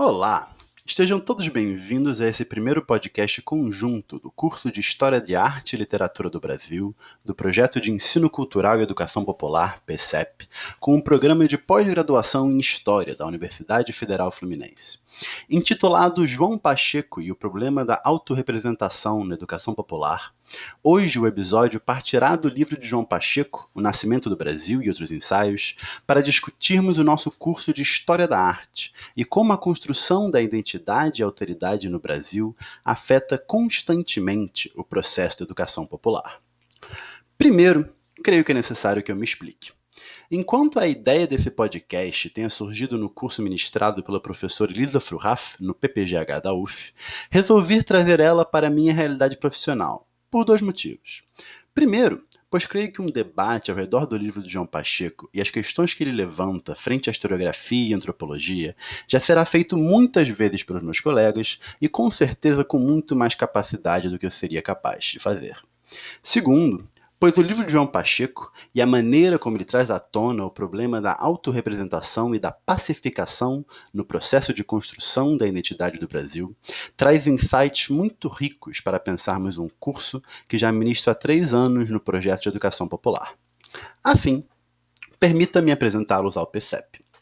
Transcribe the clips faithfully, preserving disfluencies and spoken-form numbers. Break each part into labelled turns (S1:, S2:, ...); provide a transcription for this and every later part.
S1: Olá! Estejam todos bem-vindos a esse primeiro podcast conjunto do curso de História de Arte e Literatura do Brasil, do Projeto de Ensino Cultural e Educação Popular, P C E P, com o Programa de Pós-Graduação em História da Universidade Federal Fluminense. Intitulado João Pacheco e o Problema da Autorrepresentação na Educação Popular, hoje o episódio partirá do livro de João Pacheco, O Nascimento do Brasil e Outros Ensaios, para discutirmos o nosso curso de História da Arte e como a construção da identidade e autoridade no Brasil afeta constantemente o processo de educação popular. Primeiro, creio que é necessário que eu me explique. Enquanto a ideia desse podcast tenha surgido no curso ministrado pela professora Elisa Fruhaff, no P P G H da U F, resolvi trazer ela para a minha realidade profissional, por dois motivos. Primeiro, pois creio que um debate ao redor do livro de João Pacheco e as questões que ele levanta frente à historiografia e antropologia já será feito muitas vezes pelos meus colegas e com certeza com muito mais capacidade do que eu seria capaz de fazer. Segundo, pois o livro de João Pacheco e a maneira como ele traz à tona o problema da autorrepresentação e da pacificação no processo de construção da identidade do Brasil, traz insights muito ricos para pensarmos um curso que já ministro há três anos no projeto de educação popular. Assim, permita-me apresentá-los ao P C E P.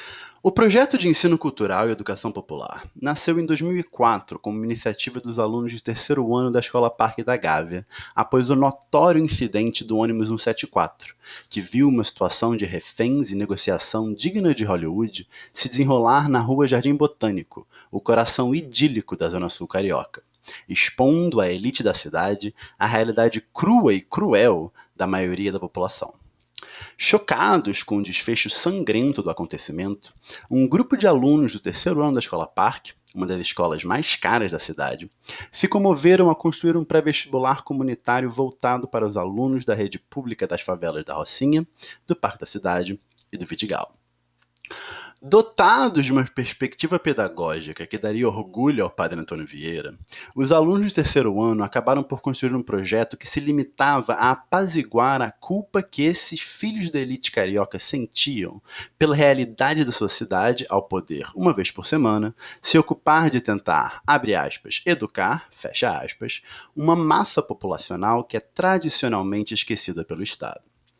S1: O Projeto de Ensino Cultural e Educação Popular nasceu em dois mil e quatro como iniciativa dos alunos de terceiro ano da Escola Parque da Gávea, após o notório incidente do ônibus cento e setenta e quatro, que viu uma situação de reféns e negociação digna de Hollywood se desenrolar na Rua Jardim Botânico, o coração idílico da Zona Sul carioca, expondo à elite da cidade a realidade crua e cruel da maioria da população. Chocados com o desfecho sangrento do acontecimento, um grupo de alunos do terceiro ano da Escola Parque, uma das escolas mais caras da cidade, se comoveram a construir um pré-vestibular comunitário voltado para os alunos da rede pública das favelas da Rocinha, do Parque da Cidade e do Vidigal. Dotados de uma perspectiva pedagógica que daria orgulho ao padre Antônio Vieira, os alunos do terceiro ano acabaram por construir um projeto que se limitava a apaziguar a culpa que esses filhos da elite carioca sentiam pela realidade da sua cidade ao poder, uma vez por semana, se ocupar de tentar, abre aspas, educar, fecha aspas, uma massa populacional que é tradicionalmente esquecida pelo Estado.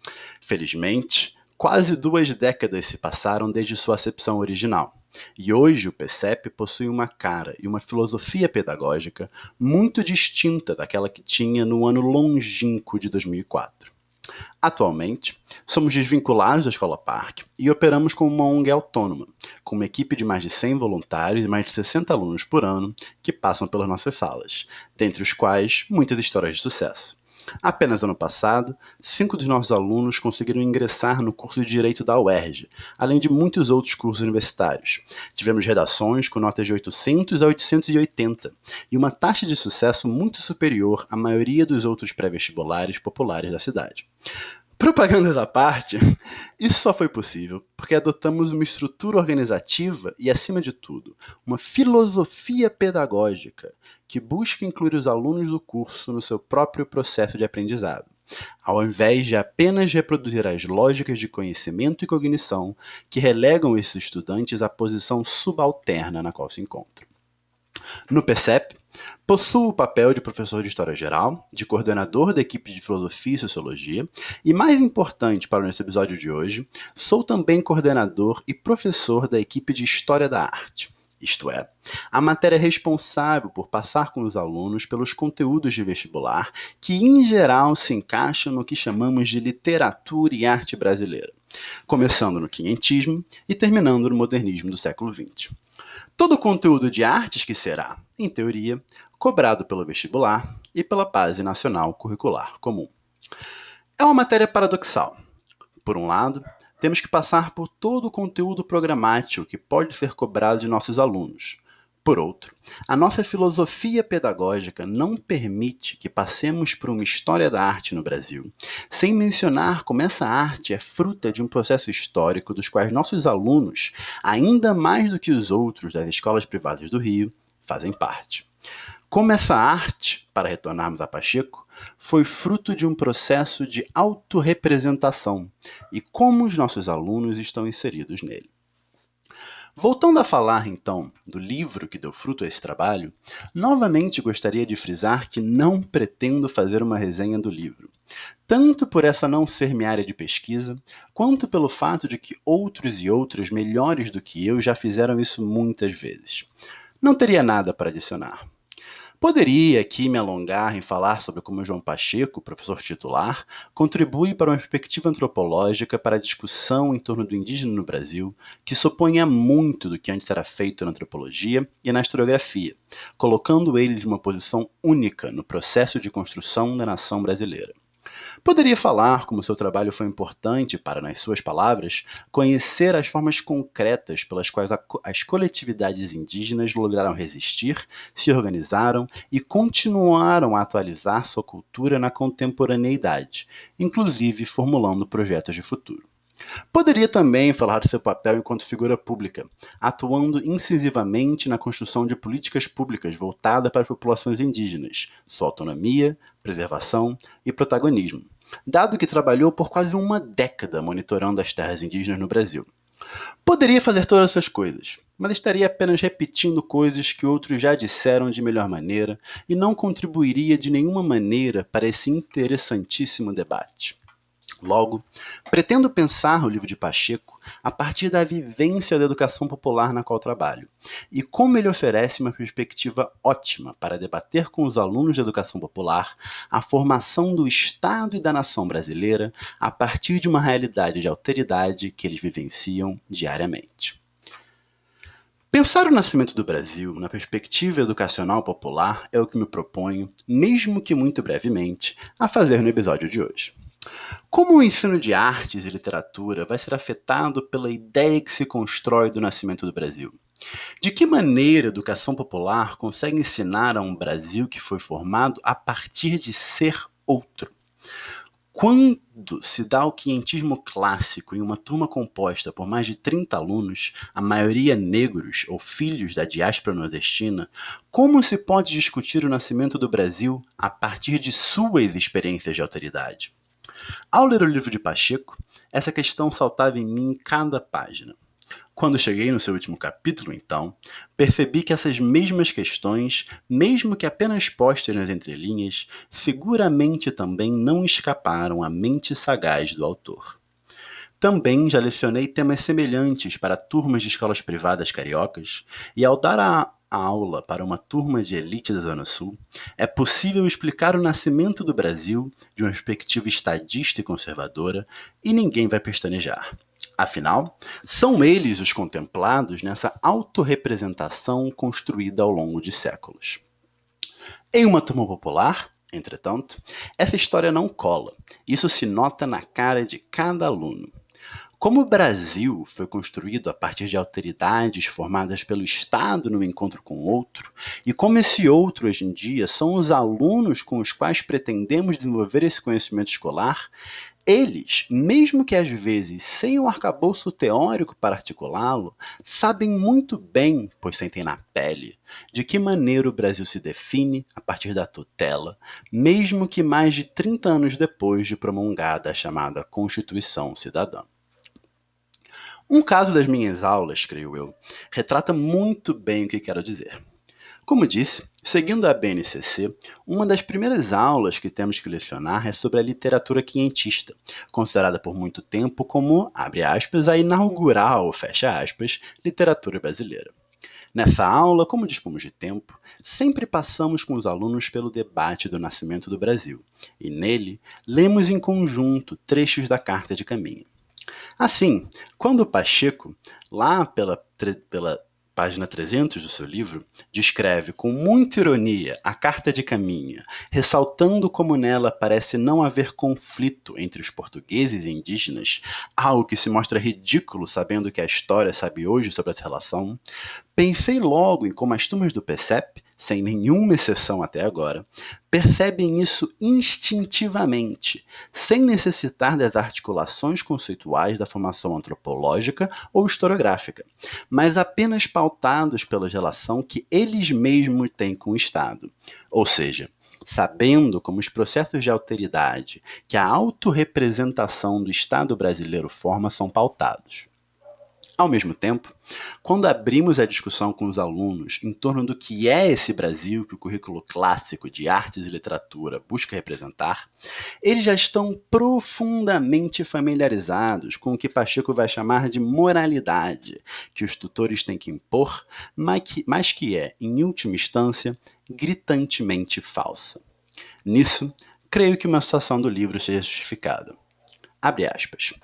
S1: Felizmente, quase duas décadas se passaram desde sua acepção original, e hoje o P C E P possui uma cara e uma filosofia pedagógica muito distinta daquela que tinha no ano longínquo de dois mil e quatro. Atualmente, somos desvinculados da Escola Parque e operamos como uma O N G autônoma, com uma equipe de mais de cem voluntários e mais de sessenta alunos por ano que passam pelas nossas salas, dentre os quais muitas histórias de sucesso. Apenas ano passado, cinco dos nossos alunos conseguiram ingressar no curso de Direito da U E R J, além de muitos outros cursos universitários. Tivemos redações com notas de oitocentos a oitocentos e oitenta e uma taxa de sucesso muito superior à maioria dos outros pré-vestibulares populares da cidade. Propagandas à parte, isso só foi possível porque adotamos uma estrutura organizativa e, acima de tudo, uma filosofia pedagógica que busca incluir os alunos do curso no seu próprio processo de aprendizado, ao invés de apenas reproduzir as lógicas de conhecimento e cognição que relegam esses estudantes à posição subalterna na qual se encontram. No P C E P, possuo o papel de professor de História Geral, de coordenador da equipe de Filosofia e Sociologia, e mais importante para o nosso episódio de hoje, sou também coordenador e professor da equipe de História da Arte, isto é, a matéria responsável por passar com os alunos pelos conteúdos de vestibular que, em geral, se encaixam no que chamamos de literatura e arte brasileira, começando no quinhentismo e terminando no modernismo do século vinte. Todo o conteúdo de artes que será, em teoria, cobrado pelo vestibular e pela Base Nacional Curricular Comum. É uma matéria paradoxal. Por um lado, temos que passar por todo o conteúdo programático que pode ser cobrado de nossos alunos. Por outro, a nossa filosofia pedagógica não permite que passemos por uma história da arte no Brasil, sem mencionar como essa arte é fruta de um processo histórico dos quais nossos alunos, ainda mais do que os outros das escolas privadas do Rio, fazem parte. Como essa arte, para retornarmos a Pacheco, foi fruto de um processo de autorrepresentação e como os nossos alunos estão inseridos nele. Voltando a falar, então, do livro que deu fruto a esse trabalho, novamente gostaria de frisar que não pretendo fazer uma resenha do livro, tanto por essa não ser minha área de pesquisa, quanto pelo fato de que outros e outras melhores do que eu já fizeram isso muitas vezes. Não teria nada para adicionar. Poderia aqui me alongar em falar sobre como João Pacheco, professor titular, contribui para uma perspectiva antropológica para a discussão em torno do indígena no Brasil, que supunha muito do que antes era feito na antropologia e na historiografia, colocando eles em uma posição única no processo de construção da nação brasileira. Poderia falar como seu trabalho foi importante para, nas suas palavras, conhecer as formas concretas pelas quais a, as coletividades indígenas lograram resistir, se organizaram e continuaram a atualizar sua cultura na contemporaneidade, inclusive formulando projetos de futuro. Poderia também falar do seu papel enquanto figura pública, atuando incisivamente na construção de políticas públicas voltadas para as populações indígenas, sua autonomia, preservação e protagonismo, dado que trabalhou por quase uma década monitorando as terras indígenas no Brasil. Poderia fazer todas essas coisas, mas estaria apenas repetindo coisas que outros já disseram de melhor maneira e não contribuiria de nenhuma maneira para esse interessantíssimo debate. Logo, pretendo pensar o livro de Pacheco a partir da vivência da educação popular na qual trabalho, e como ele oferece uma perspectiva ótima para debater com os alunos de educação popular a formação do Estado e da nação brasileira a partir de uma realidade de alteridade que eles vivenciam diariamente. Pensar o nascimento do Brasil na perspectiva educacional popular é o que me proponho, mesmo que muito brevemente, a fazer no episódio de hoje. Como o ensino de artes e literatura vai ser afetado pela ideia que se constrói do nascimento do Brasil? De que maneira a educação popular consegue ensinar a um Brasil que foi formado a partir de ser outro? Quando se dá o quientismo clássico em uma turma composta por mais de trinta alunos, a maioria negros ou filhos da diáspora nordestina, como se pode discutir o nascimento do Brasil a partir de suas experiências de autoridade? Ao ler o livro de Pacheco, essa questão saltava em mim em cada página. Quando cheguei no seu último capítulo, então, percebi que essas mesmas questões, mesmo que apenas postas nas entrelinhas, seguramente também não escaparam à mente sagaz do autor. Também já lecionei temas semelhantes para turmas de escolas privadas cariocas, e ao dar a a aula para uma turma de elite da Zona Sul, é possível explicar o nascimento do Brasil de uma perspectiva estadista e conservadora, e ninguém vai pestanejar. Afinal, são eles os contemplados nessa autorrepresentação construída ao longo de séculos. Em uma turma popular, entretanto, essa história não cola. Isso se nota na cara de cada aluno. Como o Brasil foi construído a partir de alteridades formadas pelo Estado no encontro com o outro, e como esse outro hoje em dia são os alunos com os quais pretendemos desenvolver esse conhecimento escolar, eles, mesmo que às vezes sem o arcabouço teórico para articulá-lo, sabem muito bem, pois sentem na pele, de que maneira o Brasil se define a partir da tutela, mesmo que mais de trinta anos depois de promulgada a chamada Constituição Cidadã. Um caso das minhas aulas, creio eu, retrata muito bem o que quero dizer. Como disse, seguindo a B N C C, uma das primeiras aulas que temos que lecionar é sobre a literatura quinhentista, considerada por muito tempo como, abre aspas, a inaugural, fecha aspas, literatura brasileira. Nessa aula, como dispomos de tempo, sempre passamos com os alunos pelo debate do nascimento do Brasil, e nele, lemos em conjunto trechos da Carta de Caminha. Assim, quando Pacheco, lá pela, pela página trezentos do seu livro, descreve com muita ironia a Carta de Caminha, ressaltando como nela parece não haver conflito entre os portugueses e indígenas, algo que se mostra ridículo sabendo que a história sabe hoje sobre essa relação, pensei logo em como as turmas do P C E P, sem nenhuma exceção até agora, percebem isso instintivamente, sem necessitar das articulações conceituais da formação antropológica ou historiográfica, mas apenas pautados pela relação que eles mesmos têm com o Estado. Ou seja, sabendo como os processos de alteridade que a autorrepresentação do Estado brasileiro forma são pautados. Ao mesmo tempo, quando abrimos a discussão com os alunos em torno do que é esse Brasil que o currículo clássico de artes e literatura busca representar, eles já estão profundamente familiarizados com o que Pacheco vai chamar de moralidade, que os tutores têm que impor, mas que, mas que é, em última instância, gritantemente falsa. Nisso, creio que uma citação do livro seja justificada. Abre aspas.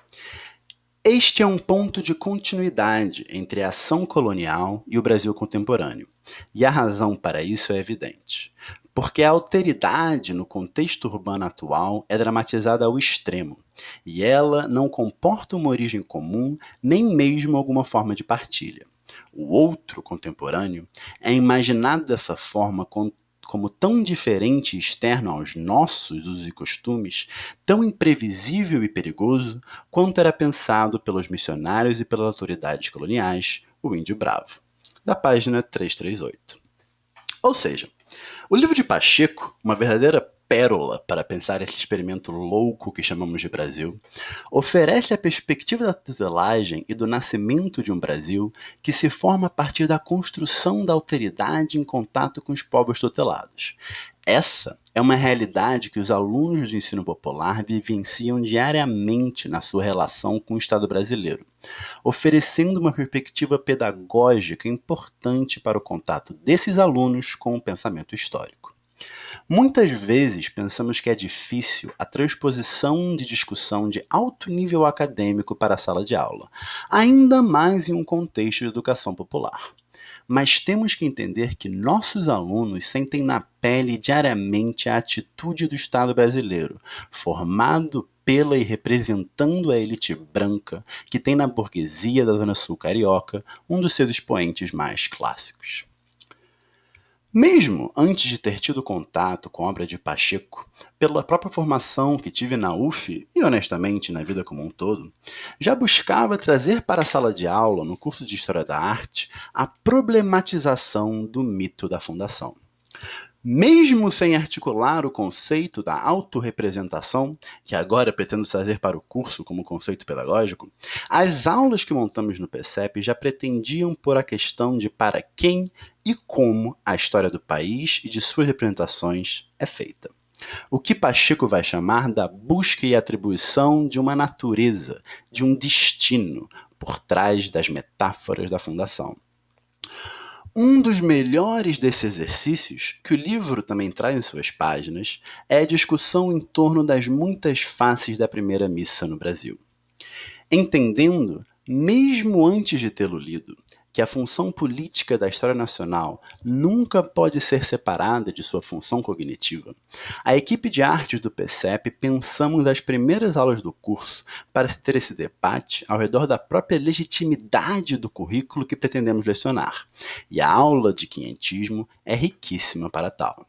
S1: Este é um ponto de continuidade entre a ação colonial e o Brasil contemporâneo, e a razão para isso é evidente. Porque a alteridade no contexto urbano atual é dramatizada ao extremo, e ela não comporta uma origem comum, nem mesmo alguma forma de partilha. O outro contemporâneo é imaginado dessa forma com como tão diferente e externo aos nossos usos e costumes, tão imprevisível e perigoso, quanto era pensado pelos missionários e pelas autoridades coloniais, o Índio Bravo. Da página trezentos e trinta e oito. Ou seja, o livro de Pacheco, uma verdadeira pérola para pensar esse experimento louco que chamamos de Brasil, oferece a perspectiva da tutelagem e do nascimento de um Brasil que se forma a partir da construção da alteridade em contato com os povos tutelados. Essa é uma realidade que os alunos de ensino popular vivenciam diariamente na sua relação com o Estado brasileiro, oferecendo uma perspectiva pedagógica importante para o contato desses alunos com o pensamento histórico. Muitas vezes pensamos que é difícil a transposição de discussão de alto nível acadêmico para a sala de aula, ainda mais em um contexto de educação popular. Mas temos que entender que nossos alunos sentem na pele diariamente a atitude do Estado brasileiro, formado pela e representando a elite branca que tem na burguesia da Zona Sul carioca um dos seus expoentes mais clássicos. Mesmo antes de ter tido contato com a obra de Pacheco, pela própria formação que tive na U F e, honestamente, na vida como um todo, já buscava trazer para a sala de aula, no curso de História da Arte, a problematização do mito da fundação. Mesmo sem articular o conceito da autorrepresentação, que agora pretendo trazer para o curso como conceito pedagógico, as aulas que montamos no P C E P já pretendiam pôr a questão de para quem e como a história do país e de suas representações é feita. O que Pacheco vai chamar da busca e atribuição de uma natureza, de um destino, por trás das metáforas da fundação. Um dos melhores desses exercícios, que o livro também traz em suas páginas, é a discussão em torno das muitas faces da primeira missa no Brasil. Entendendo, mesmo antes de tê-lo lido, que a função política da história nacional nunca pode ser separada de sua função cognitiva, a equipe de artes do P C E P pensamos as primeiras aulas do curso para se ter esse debate ao redor da própria legitimidade do currículo que pretendemos lecionar, e a aula de quinhentismo é riquíssima para tal.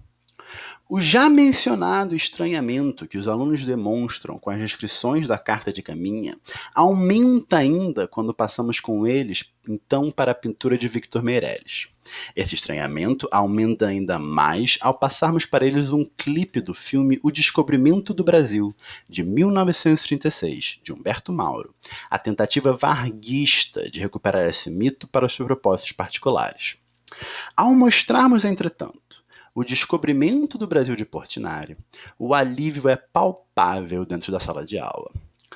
S1: O já mencionado estranhamento que os alunos demonstram com as descrições da carta de Caminha aumenta ainda quando passamos com eles, então, para a pintura de Victor Meirelles. Esse estranhamento aumenta ainda mais ao passarmos para eles um clipe do filme O Descobrimento do Brasil, de mil novecentos e trinta e seis, de Humberto Mauro, a tentativa varguista de recuperar esse mito para os seus propósitos particulares. Ao mostrarmos, entretanto, o descobrimento do Brasil de Portinari, o alívio é palpável dentro da sala de aula.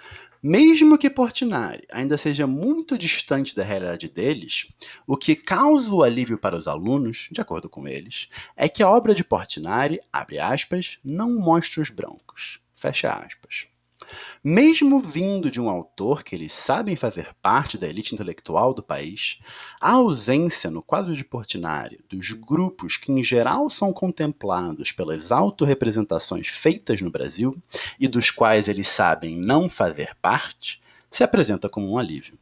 S1: Mesmo que Portinari ainda seja muito distante da realidade deles, o que causa o alívio para os alunos, de acordo com eles, é que a obra de Portinari, abre aspas, não mostra os brancos, fecha aspas. Mesmo vindo de um autor que eles sabem fazer parte da elite intelectual do país, a ausência no quadro de Portinari dos grupos que em geral são contemplados pelas autorrepresentações feitas no Brasil e dos quais eles sabem não fazer parte, se apresenta como um alívio.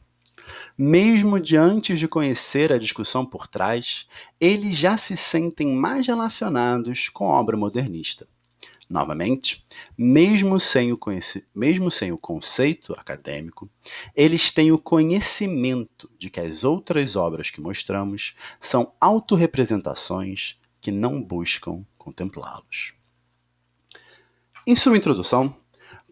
S1: Mesmo diante de conhecer a discussão por trás, eles já se sentem mais relacionados com a obra modernista. Novamente, mesmo sem, o conheci- mesmo sem o conceito acadêmico, eles têm o conhecimento de que as outras obras que mostramos são autorrepresentações que não buscam contemplá-los. Em sua introdução,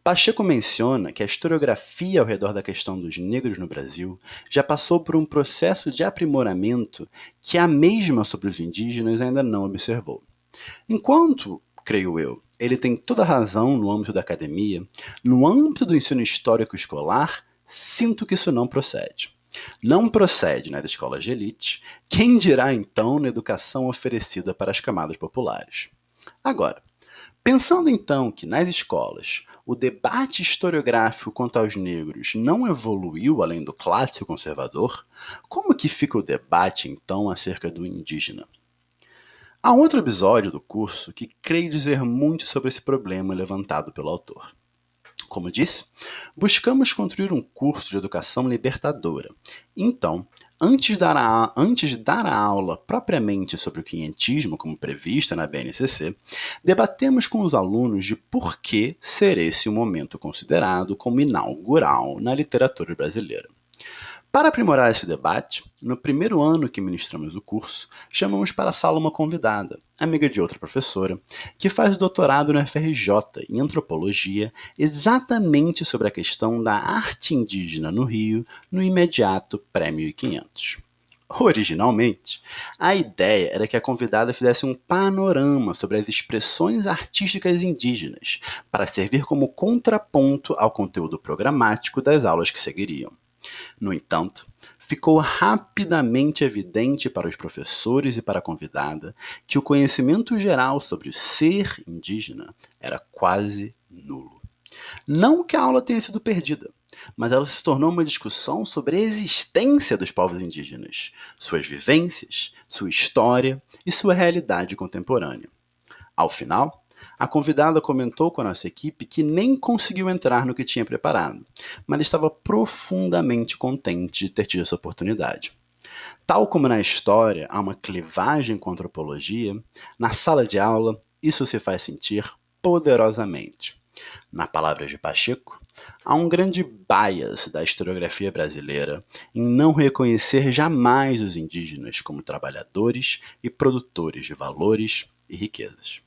S1: Pacheco menciona que a historiografia ao redor da questão dos negros no Brasil já passou por um processo de aprimoramento que a mesma sobre os indígenas ainda não observou. Enquanto, creio eu, ele tem toda a razão no âmbito da academia, no âmbito do ensino histórico escolar, sinto que isso não procede. Não procede nas escolas de elite, quem dirá então na educação oferecida para as camadas populares. Agora, pensando então que nas escolas o debate historiográfico quanto aos negros não evoluiu além do clássico conservador, como que fica o debate então acerca do indígena? Há um outro episódio do curso que creio dizer muito sobre esse problema levantado pelo autor. Como disse, buscamos construir um curso de educação libertadora. Então, antes de dar a, antes de dar a aula propriamente sobre o quinhentismo, como prevista na B N C C, debatemos com os alunos de por que ser esse um momento considerado como inaugural na literatura brasileira. Para aprimorar esse debate, no primeiro ano que ministramos o curso, chamamos para a sala uma convidada, amiga de outra professora, que faz doutorado no F R J em Antropologia, exatamente sobre a questão da arte indígena no Rio, no imediato pré-mil e quinhentos. Originalmente, a ideia era que a convidada fizesse um panorama sobre as expressões artísticas indígenas, para servir como contraponto ao conteúdo programático das aulas que seguiriam. No entanto, ficou rapidamente evidente para os professores e para a convidada que o conhecimento geral sobre o ser indígena era quase nulo. Não que a aula tenha sido perdida, mas ela se tornou uma discussão sobre a existência dos povos indígenas, suas vivências, sua história e sua realidade contemporânea. Ao final, a convidada comentou com a nossa equipe que nem conseguiu entrar no que tinha preparado, mas estava profundamente contente de ter tido essa oportunidade. Tal como na história há uma clivagem com a antropologia, na sala de aula isso se faz sentir poderosamente. Na palavra de Pacheco, há um grande bias da historiografia brasileira em não reconhecer jamais os indígenas como trabalhadores e produtores de valores e riquezas.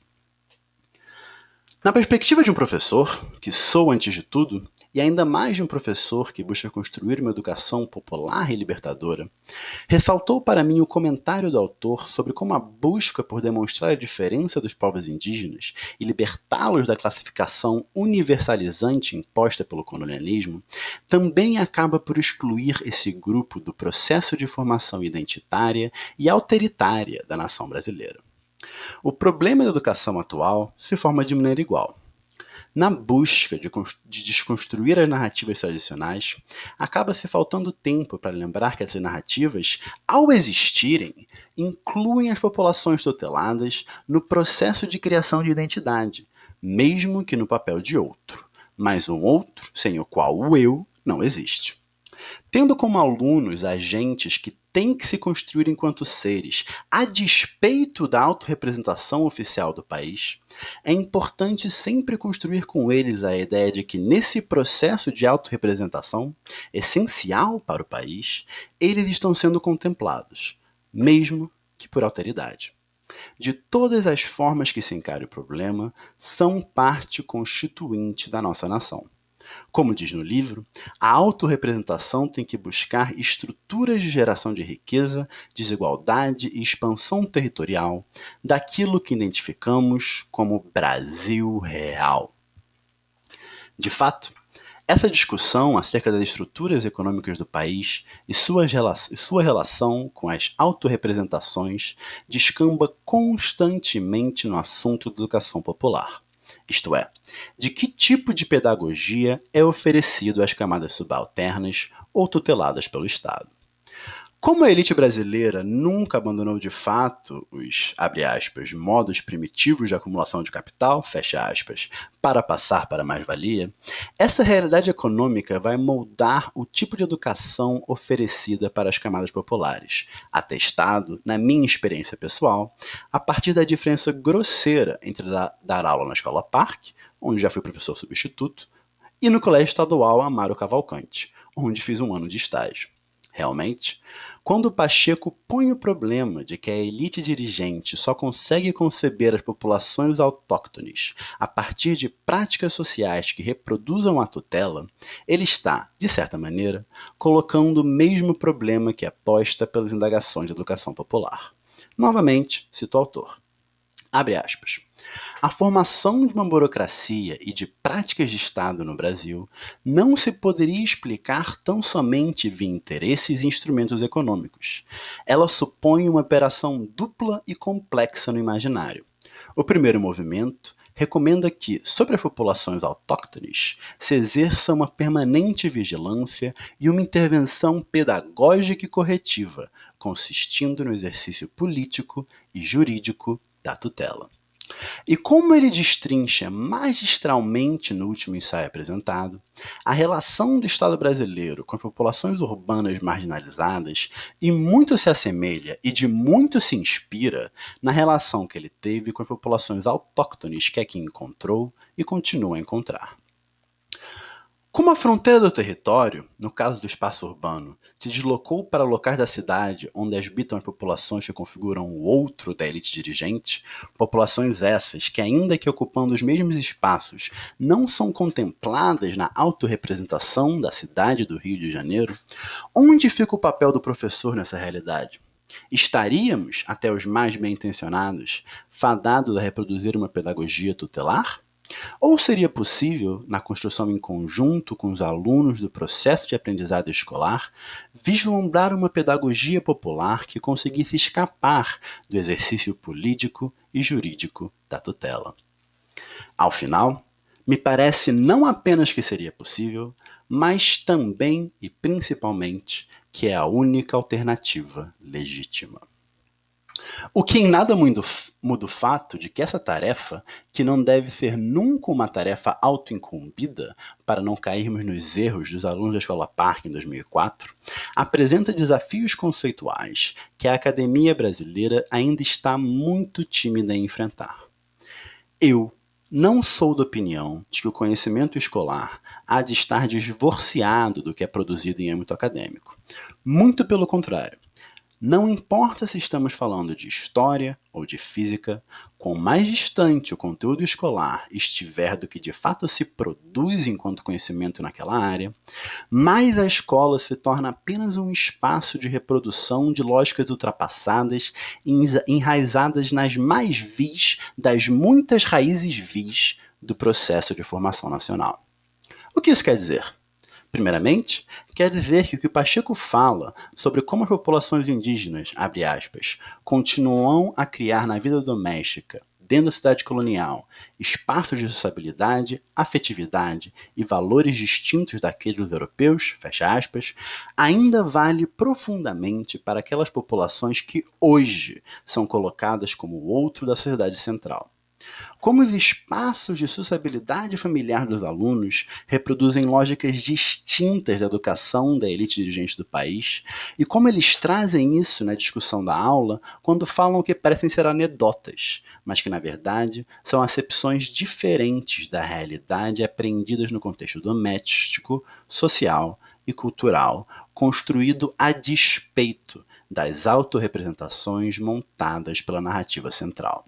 S1: Na perspectiva de um professor, que sou antes de tudo, e ainda mais de um professor que busca construir uma educação popular e libertadora, ressaltou para mim o comentário do autor sobre como a busca por demonstrar a diferença dos povos indígenas e libertá-los da classificação universalizante imposta pelo colonialismo também acaba por excluir esse grupo do processo de formação identitária e autoritária da nação brasileira. O problema da educação atual se forma de maneira igual. Na busca de, de desconstruir as narrativas tradicionais, acaba-se faltando tempo para lembrar que essas narrativas, ao existirem, incluem as populações tuteladas no processo de criação de identidade, mesmo que no papel de outro, mas um outro sem o qual o eu não existe. Tendo como alunos agentes que têm que se construir enquanto seres, a despeito da autorrepresentação oficial do país, é importante sempre construir com eles a ideia de que nesse processo de autorrepresentação, essencial para o país, eles estão sendo contemplados, mesmo que por alteridade. De todas as formas que se encare o problema, são parte constituinte da nossa nação. Como diz no livro, a autorrepresentação tem que buscar estruturas de geração de riqueza, desigualdade e expansão territorial daquilo que identificamos como Brasil real. De fato, essa discussão acerca das estruturas econômicas do país e sua, e sua relação com as autorrepresentações descamba constantemente no assunto da educação popular. Isto é, de que tipo de pedagogia é oferecido às camadas subalternas ou tuteladas pelo Estado. Como a elite brasileira nunca abandonou de fato os, abre aspas, modos primitivos de acumulação de capital, fecha aspas, para passar para a mais-valia, essa realidade econômica vai moldar o tipo de educação oferecida para as camadas populares, atestado, na minha experiência pessoal, a partir da diferença grosseira entre dar aula na Escola Parque, onde já fui professor substituto, e no Colégio Estadual Amaro Cavalcante, onde fiz um ano de estágio. Realmente, quando Pacheco põe o problema de que a elite dirigente só consegue conceber as populações autóctones a partir de práticas sociais que reproduzam a tutela, ele está, de certa maneira, colocando o mesmo problema que é posta pelas indagações de educação popular. Novamente, cito o autor. Abre aspas. A formação de uma burocracia e de práticas de Estado no Brasil não se poderia explicar tão somente via interesses e instrumentos econômicos. Ela supõe uma operação dupla e complexa no imaginário. O primeiro movimento recomenda que, sobre as populações autóctones, se exerça uma permanente vigilância e uma intervenção pedagógica e corretiva, consistindo no exercício político e jurídico da tutela. E como ele destrincha magistralmente no último ensaio apresentado, a relação do Estado brasileiro com as populações urbanas marginalizadas e muito se assemelha e de muito se inspira na relação que ele teve com as populações autóctones que aqui encontrou e continua a encontrar. Como a fronteira do território, no caso do espaço urbano, se deslocou para locais da cidade onde habitam as populações que configuram o outro da elite dirigente, populações essas que, ainda que ocupando os mesmos espaços, não são contempladas na autorrepresentação da cidade do Rio de Janeiro, onde fica o papel do professor nessa realidade? Estaríamos, até os mais bem-intencionados, fadados a reproduzir uma pedagogia tutelar? Ou seria possível, na construção em conjunto com os alunos do processo de aprendizado escolar, vislumbrar uma pedagogia popular que conseguisse escapar do exercício político e jurídico da tutela? Ao final, me parece não apenas que seria possível, mas também e principalmente que é a única alternativa legítima. O que em nada muda o fato de que essa tarefa, que não deve ser nunca uma tarefa autoincumbida, para não cairmos nos erros dos alunos da Escola Park em dois mil e quatro, apresenta desafios conceituais que a academia brasileira ainda está muito tímida em enfrentar. Eu não sou da opinião de que o conhecimento escolar há de estar divorciado do que é produzido em âmbito acadêmico. Muito pelo contrário. Não importa se estamos falando de história ou de física, quanto mais distante o conteúdo escolar estiver do que de fato se produz enquanto conhecimento naquela área, mais a escola se torna apenas um espaço de reprodução de lógicas ultrapassadas e enraizadas nas mais vis das muitas raízes vis do processo de formação nacional. O que isso quer dizer? Primeiramente, quer dizer que o que Pacheco fala sobre como as populações indígenas, abre aspas, continuam a criar na vida doméstica, dentro da cidade colonial, espaços de sociabilidade, afetividade e valores distintos daqueles dos europeus, fecha aspas, ainda vale profundamente para aquelas populações que hoje são colocadas como o outro da sociedade central. Como os espaços de sociabilidade familiar dos alunos reproduzem lógicas distintas da educação da elite dirigente do país, e como eles trazem isso na discussão da aula quando falam que parecem ser anedotas, mas que, na verdade, são acepções diferentes da realidade aprendidas no contexto doméstico, social e cultural, construído a despeito das autorrepresentações montadas pela narrativa central.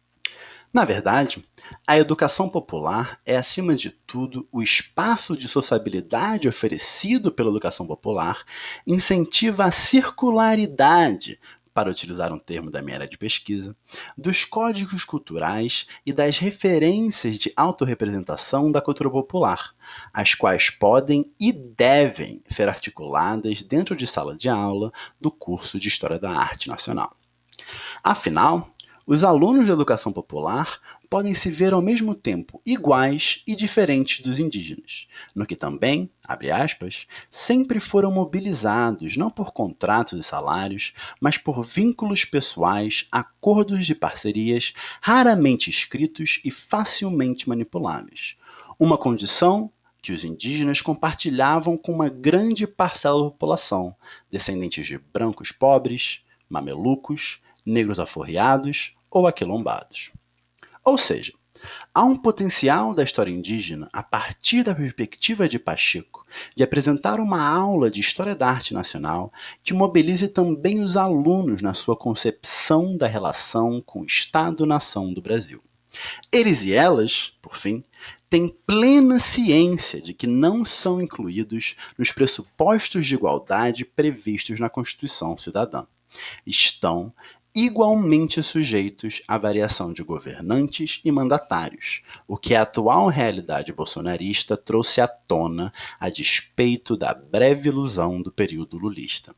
S1: Na verdade, a educação popular é, acima de tudo, o espaço de sociabilidade oferecido pela educação popular, incentiva a circularidade, para utilizar um termo da minha área de pesquisa, dos códigos culturais e das referências de autorrepresentação da cultura popular, as quais podem e devem ser articuladas dentro de sala de aula do curso de História da Arte Nacional. Afinal, os alunos de educação popular podem se ver ao mesmo tempo iguais e diferentes dos indígenas, no que também, abre aspas, sempre foram mobilizados não por contratos e salários, mas por vínculos pessoais, acordos de parcerias raramente escritos e facilmente manipuláveis. Uma condição que os indígenas compartilhavam com uma grande parcela da população, descendentes de brancos pobres, mamelucos, negros aforreados ou aquilombados. Ou seja, Há um potencial da história indígena, a partir da perspectiva de Pacheco, de apresentar uma aula de História da Arte Nacional que mobilize também os alunos na sua concepção da relação com o Estado-nação do Brasil. Eles e elas, por fim, têm plena ciência de que não são incluídos nos pressupostos de igualdade previstos na Constituição Cidadã. Estão igualmente sujeitos à variação de governantes e mandatários, o que a atual realidade bolsonarista trouxe à tona a despeito da breve ilusão do período lulista.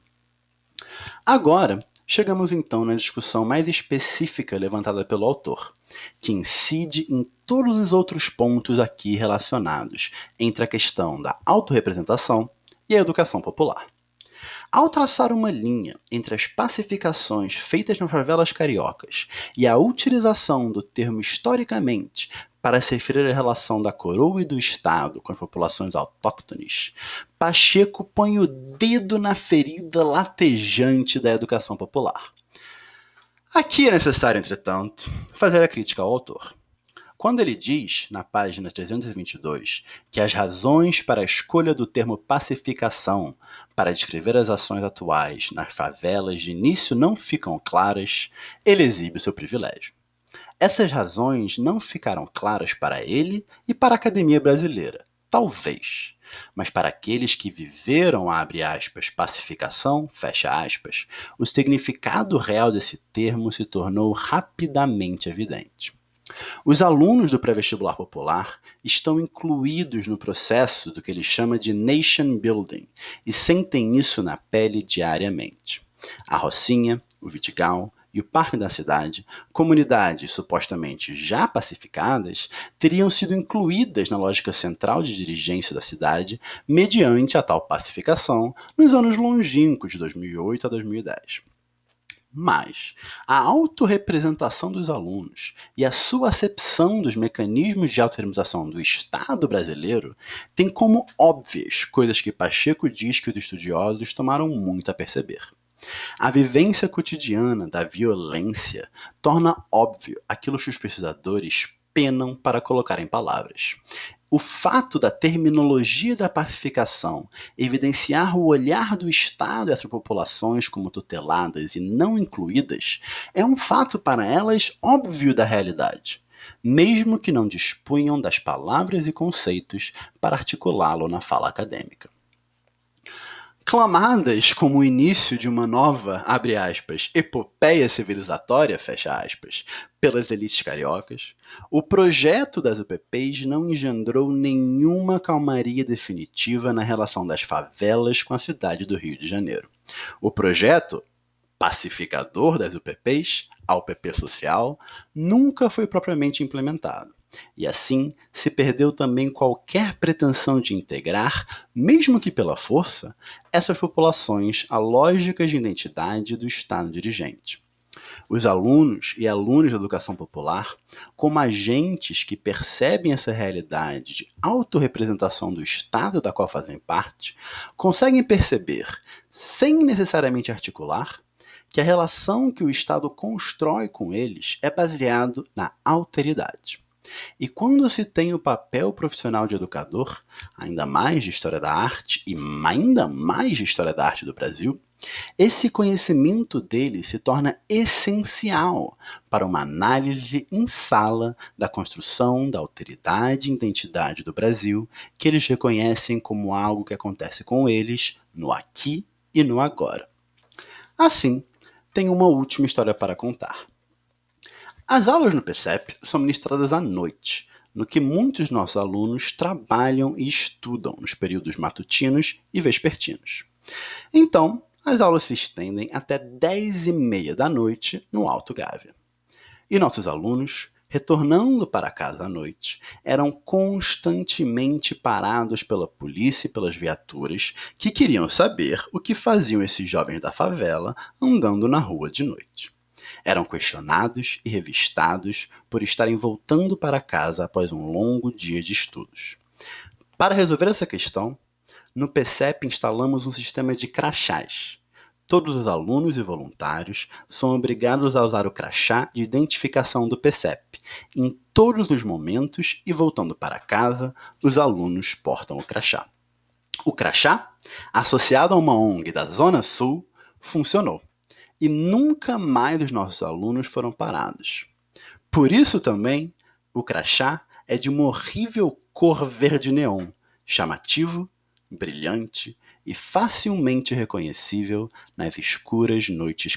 S1: Agora, chegamos então na discussão mais específica levantada pelo autor, que incide em todos os outros pontos aqui relacionados entre a questão da autorrepresentação e a educação popular. Ao traçar uma linha entre as pacificações feitas nas favelas cariocas e a utilização do termo historicamente para se referir à relação da coroa e do Estado com as populações autóctones, Pacheco põe o dedo na ferida latejante da educação popular. Aqui é necessário, entretanto, fazer a crítica ao autor. Quando ele diz, na página trezentos e vinte e dois, que as razões para a escolha do termo pacificação para descrever as ações atuais nas favelas de início não ficam claras, ele exibe o seu privilégio. Essas razões não ficaram claras para ele e para a academia brasileira, talvez, mas para aqueles que viveram a, abre aspas, pacificação, fecha aspas, o significado real desse termo se tornou rapidamente evidente. Os alunos do pré-vestibular popular estão incluídos no processo do que ele chama de nation building e sentem isso na pele diariamente. A Rocinha, o Vidigal e o Parque da Cidade, comunidades supostamente já pacificadas, teriam sido incluídas na lógica central de dirigência da cidade mediante a tal pacificação nos anos longínquos de dois mil e oito a dois mil e dez. Mas a autorrepresentação dos alunos e a sua acepção dos mecanismos de autorrepresentação do Estado brasileiro tem como óbvias coisas que Pacheco diz que os estudiosos tomaram muito a perceber. A vivência cotidiana da violência torna óbvio aquilo que os pesquisadores penam para colocar em palavras. O fato da terminologia da pacificação evidenciar o olhar do Estado e as populações como tuteladas e não incluídas é um fato para elas óbvio da realidade, mesmo que não dispunham das palavras e conceitos para articulá-lo na fala acadêmica. Clamadas como o início de uma nova, abre aspas, epopeia civilizatória, fecha aspas, pelas elites cariocas, o projeto das U P Ps não engendrou nenhuma calmaria definitiva na relação das favelas com a cidade do Rio de Janeiro. O projeto pacificador das U P Ps, a U P P social, nunca foi propriamente implementado. E assim se perdeu também qualquer pretensão de integrar, mesmo que pela força, essas populações à lógica de identidade do Estado dirigente. Os alunos e alunas da educação popular, como agentes que percebem essa realidade de autorrepresentação do Estado da qual fazem parte, conseguem perceber, sem necessariamente articular, que a relação que o Estado constrói com eles é baseado na alteridade. E quando se tem o papel profissional de educador, ainda mais de História da Arte e ainda mais de História da Arte do Brasil, esse conhecimento dele se torna essencial para uma análise em sala da construção da alteridade e identidade do Brasil, que eles reconhecem como algo que acontece com eles no aqui e no agora. Assim, tenho uma última história para contar. As aulas no P C E P são ministradas à noite, no que muitos nossos alunos trabalham e estudam nos períodos matutinos e vespertinos. Então, as aulas se estendem até dez e meia da noite no Alto Gávea. E nossos alunos, retornando para casa à noite, eram constantemente parados pela polícia e pelas viaturas que queriam saber o que faziam esses jovens da favela andando na rua de noite. Eram questionados e revistados por estarem voltando para casa após um longo dia de estudos. Para resolver essa questão, no P C E P instalamos um sistema de crachás. Todos os alunos e voluntários são obrigados a usar o crachá de identificação do P C E P. Em todos os momentos e voltando para casa, os alunos portam o crachá. O crachá, associado a uma O N G da Zona Sul, funcionou. E nunca mais os nossos alunos foram parados. Por isso também, o crachá é de uma horrível cor verde neon, chamativo, brilhante e facilmente reconhecível nas escuras noites.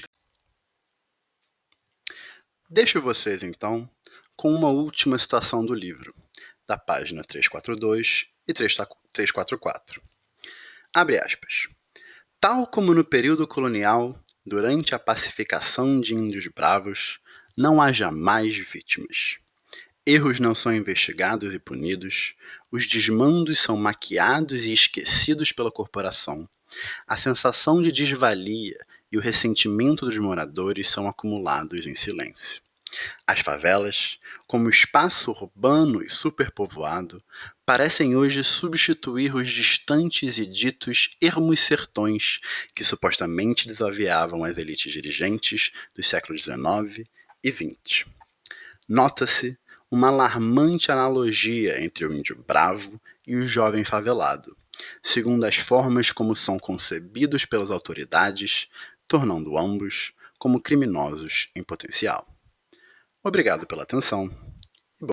S1: Deixo vocês, então, com uma última citação do livro, da página trezentos e quarenta e dois e trezentos e quarenta e quatro. Abre aspas. Tal como no período colonial, durante a pacificação de índios bravos, não há jamais vítimas. Erros não são investigados e punidos, os desmandos são maquiados e esquecidos pela corporação. A sensação de desvalia e o ressentimento dos moradores são acumulados em silêncio. As favelas, como espaço urbano e superpovoado, parecem hoje substituir os distantes e ditos ermos sertões que supostamente desaviavam as elites dirigentes dos séculos dezenove e vinte. Nota-se uma alarmante analogia entre o índio bravo e o jovem favelado, segundo as formas como são concebidos pelas autoridades, tornando ambos como criminosos em potencial. Obrigado pela atenção.